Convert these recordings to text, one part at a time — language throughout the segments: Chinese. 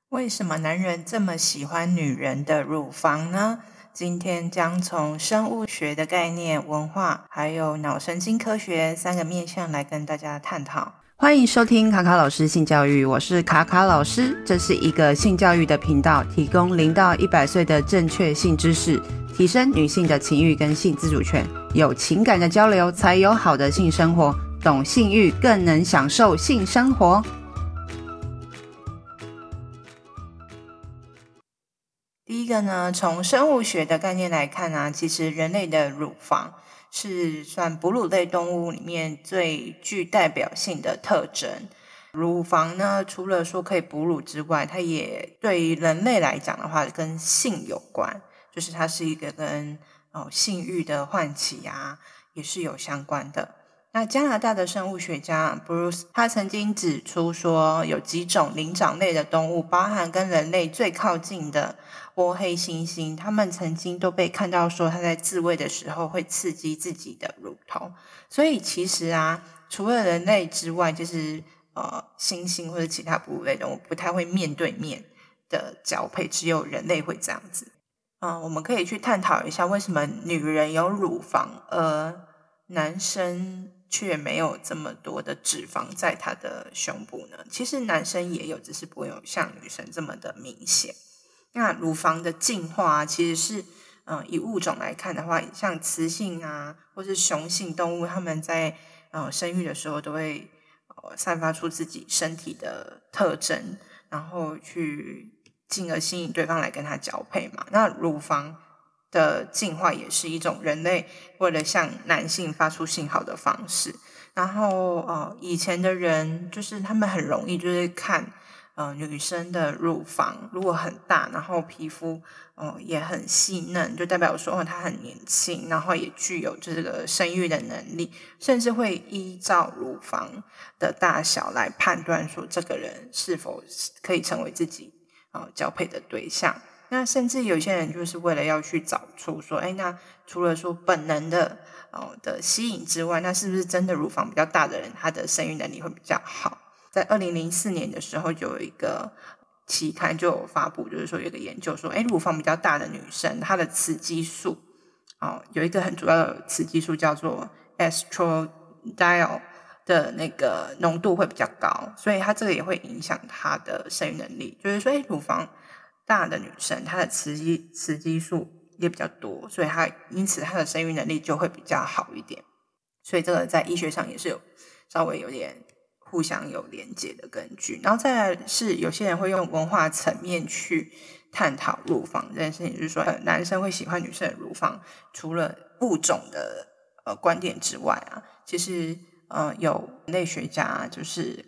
为什么男人这么喜欢女人的乳房呢？今天将从生物学的概念、文化还有脑神经科学3个面向来跟大家探讨。 欢迎收听卡卡老师性教育，我是卡卡老师，这是一个性教育的频道，提供0到100岁的正确性知识，提升女性的情欲跟性自主权，有情感的交流才有好的性生活，懂性欲更能享受性生活。 第一个呢，从生物学的概念来看啊，其实人类的乳房是算哺乳类动物里面最具代表性的特征。乳房呢，除了说可以哺乳之外，它也对于人类来讲的话跟性有关，就是它是一个跟性欲的唤起啊也是有相关的。那加拿大的生物学家 Bruce 他曾经指出说，有几种灵长类的动物，包含跟人类最靠近的倭黑猩猩，他们曾经都被看到说它在自慰的时候会刺激自己的乳头。所以其实啊，除了人类之外，就是猩猩或者其他哺乳类动物不太会面对面的交配，只有人类会这样子。我们可以去探讨一下，为什么女人有乳房，而男生却没有这么多的脂肪在他的胸部呢？其实男生也有，只是不会有像女生这么的明显。那乳房的进化其实是以物种来看的话，像雌性啊或是雄性动物，他们在生育的时候都会散发出自己身体的特征，然后去进而吸引对方来跟他交配嘛。那乳房的进化也是一种人类为了向男性发出信号的方式。然后以前的人就是他们很容易就是看女生的乳房如果很大，然后皮肤也很细嫩，就代表说她很年轻，然后也具有这个生育的能力，甚至会依照乳房的大小来判断说这个人是否可以成为自己交配的对象。那甚至有些人就是为了要去找出说，那除了说本能的吸引之外，那是不是真的乳房比较大的人他的生育能力会比较好？在2004年的时候，就有一个期刊就有发布，就是说有一个研究说，乳房比较大的女生，她的雌激素有一个很主要的雌激素叫做 estradiol 的那个浓度会比较高，所以它这个也会影响她的生育能力。就是说，乳房大的女生，她的雌激素也比较多，所以因此她的生育能力就会比较好一点。所以这个在医学上也是有稍微有点互相有连结的根据。然后再来是有些人会用文化层面去探讨乳房这件事情，就是说男生会喜欢女生的乳房，除了物种的观点之外啊，其实有人类学家就是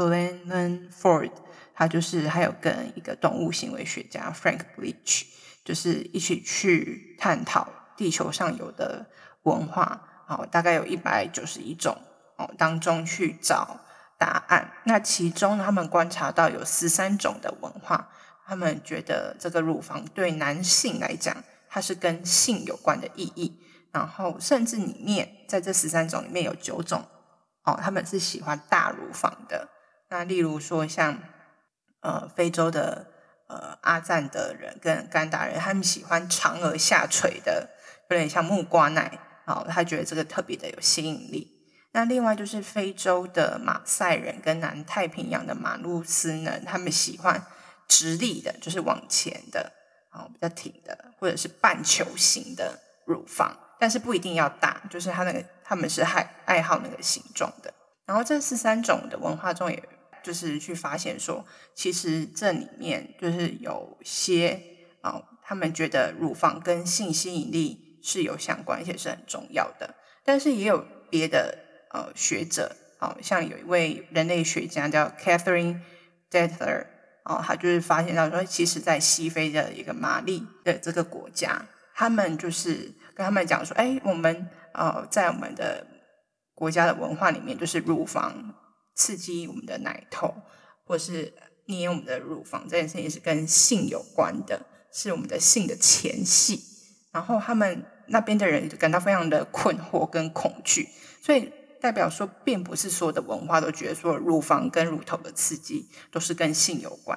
Glenn Ford， 他就是还有跟一个动物行为学家 Frank Leach， 就是一起去探讨地球上有的文化，大概有191种当中去找答案。那其中他们观察到有13种的文化，他们觉得这个乳房对男性来讲它是跟性有关的意义，然后甚至里面在这13种里面有9种他们是喜欢大乳房的。那例如说像非洲的阿赞德人跟甘达人，他们喜欢长而下垂的，有点像木瓜奶他觉得这个特别的有吸引力。那另外就是非洲的马赛人跟南太平洋的马路斯人，他们喜欢直立的，就是往前的比较挺的，或者是半球形的乳房，但是不一定要大，就是他们是爱好那个形状的。然后这13种的文化中，也就是去发现说，其实这里面就是有些他们觉得乳房跟性吸引力是有相关，而且是很重要的。但是也有别的学者像有一位人类学家叫 Catherine Detler，他就是发现到说，其实在西非的一个马利的这个国家，他们就是跟他们讲说，我们在我们的国家的文化里面，就是乳房刺激我们的奶头，或是捏我们的乳房这件事情是跟性有关的，是我们的性的前戏。然后他们那边的人就感到非常的困惑跟恐惧，所以代表说并不是所有的文化都觉得说乳房跟乳头的刺激都是跟性有关的。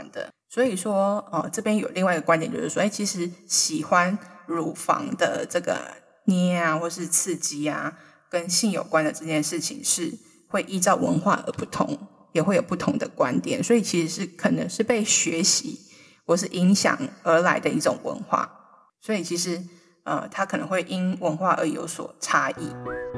所以说这边有另外一个观点，就是说其实喜欢乳房的这个捏啊或是刺激啊跟性有关的这件事情是会依照文化而不同，也会有不同的观点，所以其实是可能是被学习或是影响而来的一种文化，所以其实它可能会因文化而有所差异。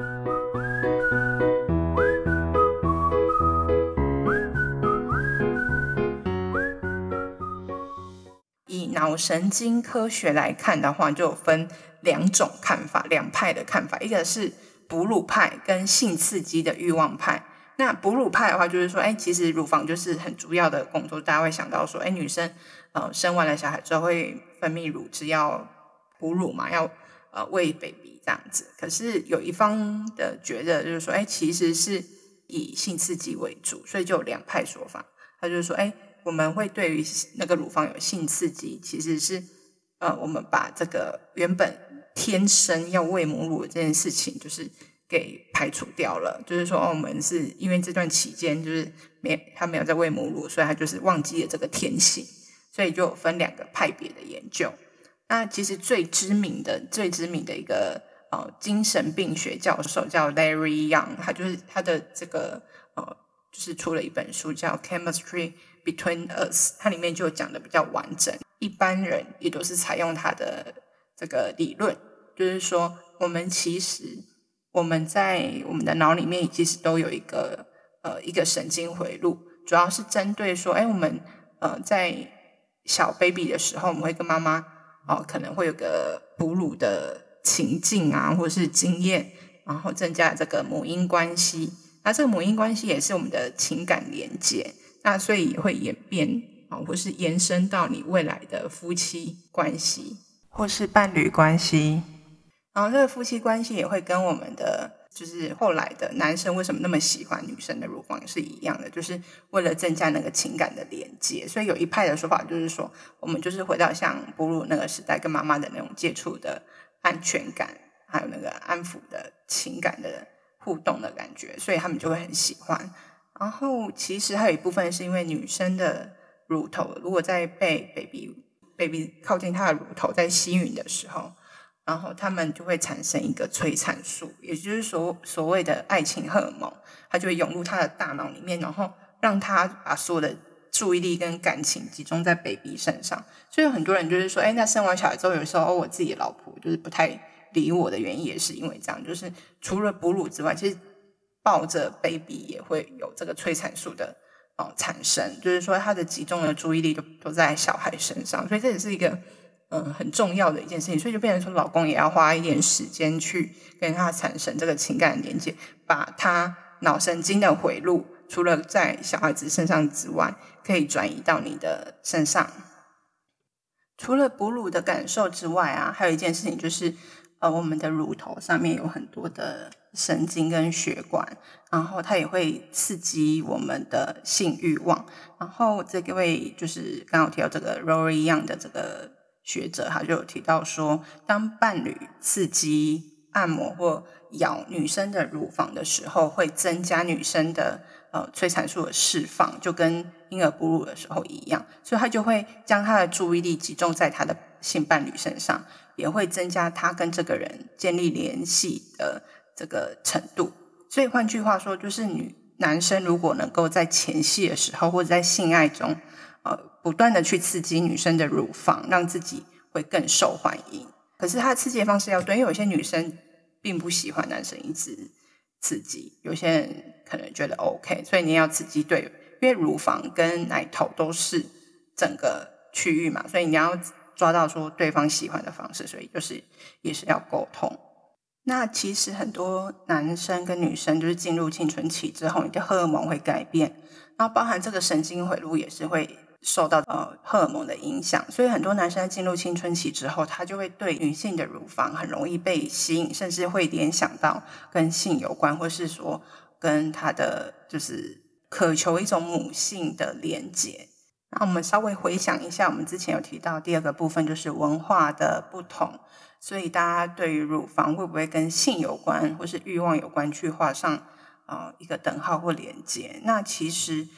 以脑神经科学来看的话，就有分两种看法，两派的看法，一个是哺乳派跟性刺激的欲望派。那哺乳派的话就是说其实乳房就是很主要的工作，大家会想到说女生生完了小孩之后会分泌乳汁要哺乳嘛，要喂 baby 这样子。可是有一方的觉得就是说其实是以性刺激为主，所以就有两派说法。他就是说我们会对于那个乳房有性刺激，其实是我们把这个原本天生要喂母乳的这件事情就是给排除掉了，就是说我们是因为这段期间就是他没有在喂母乳，所以他就是忘记了这个天性，所以就有分两个派别的研究。那其实最知名的一个精神病学教授叫 Larry Young， 他的这个就是出了一本书叫 Chemistry Between Us， 它里面就讲的比较完整，一般人也都是采用他的这个理论，就是说其实我们在我们的脑里面其实都有一个神经回路，主要是针对说我们在小 baby 的时候，我们会跟妈妈可能会有个哺乳的情境啊或是经验，然后增加这个母婴关系，那这个母婴关系也是我们的情感连结，那所以也会演变或是延伸到你未来的夫妻关系或是伴侣关系。然后这个夫妻关系也会跟我们的就是后来的男生为什么那么喜欢女生的乳房是一样的，就是为了增加那个情感的连接。所以有一派的说法就是说，我们就是回到像哺乳那个时代跟妈妈的那种接触的安全感，还有那个安抚的情感的互动的感觉，所以他们就会很喜欢。然后其实还有一部分是因为女生的乳头如果在被 baby 靠近她的乳头在吸吮的时候，然后他们就会产生一个催产素，也就是所谓的爱情荷尔蒙，它就会涌入他的大脑里面，然后让他把所有的注意力跟感情集中在 baby 身上。所以很多人就是说那生完小孩之后有时候我自己的老婆就是不太理我的原因也是因为这样，就是除了哺乳之外，其实抱着 baby 也会有这个催产素的产生，就是说他的集中的注意力都在小孩身上，所以这也是一个很重要的一件事情。所以就变成说老公也要花一点时间去跟他产生这个情感连接，把他脑神经的回路除了在小孩子身上之外可以转移到你的身上。除了哺乳的感受之外啊，还有一件事情就是我们的乳头上面有很多的神经跟血管，然后它也会刺激我们的性欲望。然后这位就是刚刚提到这个 Rory Young 的这个学者，他就有提到说，当伴侣刺激按摩或咬女生的乳房的时候，会增加女生的催产素的释放，就跟婴儿哺乳的时候一样，所以他就会将他的注意力集中在他的性伴侣身上，也会增加他跟这个人建立联系的这个程度。所以换句话说，就是男生如果能够在前戏的时候或者在性爱中不断的去刺激女生的乳房，让自己会更受欢迎。可是他的刺激的方式要对，因为有些女生并不喜欢男生一直刺激，有些人可能觉得 OK， 所以你要刺激对，因为乳房跟奶头都是整个区域嘛，所以你要抓到说对方喜欢的方式，所以就是也是要沟通。那其实很多男生跟女生就是进入青春期之后，你的荷尔蒙会改变，然后包含这个神经回路也是会受到荷尔蒙的影响，所以很多男生进入青春期之后，他就会对女性的乳房很容易被吸引，甚至会联想到跟性有关，或是说跟他的就是渴求一种母性的连结。那我们稍微回想一下，我们之前有提到第二个部分就是文化的不同，所以大家对于乳房会不会跟性有关或是欲望有关去画上一个等号或连结。那其实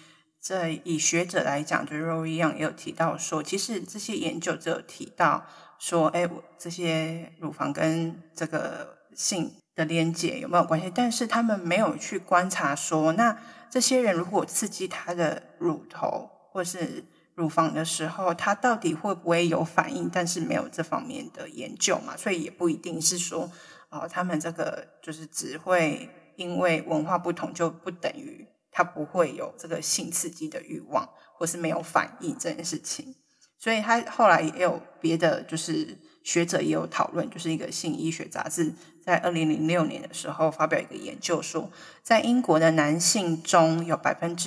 这以学者来讲，就是 Rory Young 也有提到说，其实这些研究只有提到说，这些乳房跟这个性的连结有没有关系，但是他们没有去观察说，那这些人如果刺激他的乳头或是乳房的时候，他到底会不会有反应，但是没有这方面的研究嘛，所以也不一定是说他们这个就是只会因为文化不同就不等于他不会有这个性刺激的欲望或是没有反应这件事情。所以他后来也有别的就是学者也有讨论，就是一个性医学杂志在2006年的时候发表一个研究说，在英国的男性中有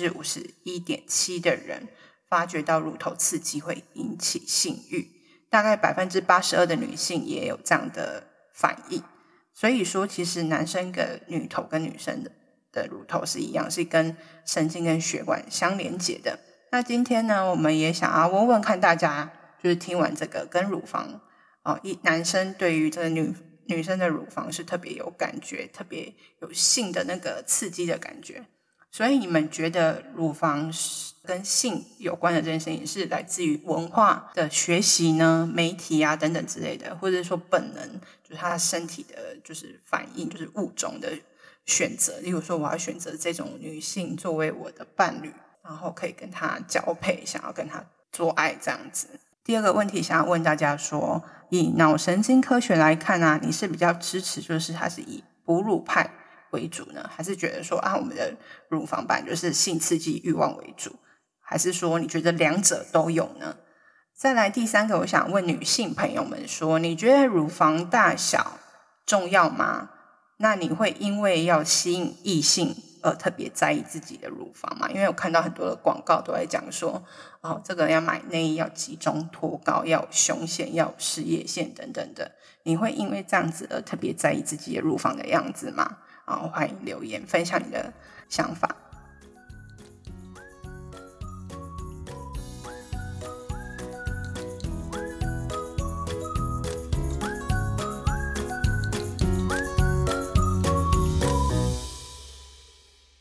51.7% 的人发觉到乳头刺激会引起性欲，大概 82% 的女性也有这样的反应。所以说其实男生的女头跟女生的乳头是一样，是跟神经跟血管相连结的。那今天呢，我们也想要问问看大家，就是听完这个跟乳房男生对于这个女生的乳房是特别有感觉，特别有性的那个刺激的感觉。所以你们觉得乳房跟性有关的这件事情是来自于文化的学习呢，媒体啊等等之类的，或者说本能，就是他身体的就是反应，就是物种的选择。例如说我要选择这种女性作为我的伴侣，然后可以跟她交配，想要跟她做爱这样子。第二个问题想要问大家说，以脑神经科学来看啊，你是比较支持就是它是以哺乳派为主呢，还是觉得说我们的乳房版就是性刺激欲望为主，还是说你觉得两者都有呢？再来第三个，我想问女性朋友们说，你觉得乳房大小重要吗？那你会因为要吸引异性而特别在意自己的乳房吗？因为我看到很多的广告都在讲说这个要买内衣要集中托高，要有胸线，要有事业线等等的，你会因为这样子而特别在意自己的乳房的样子吗？欢迎留言分享你的想法。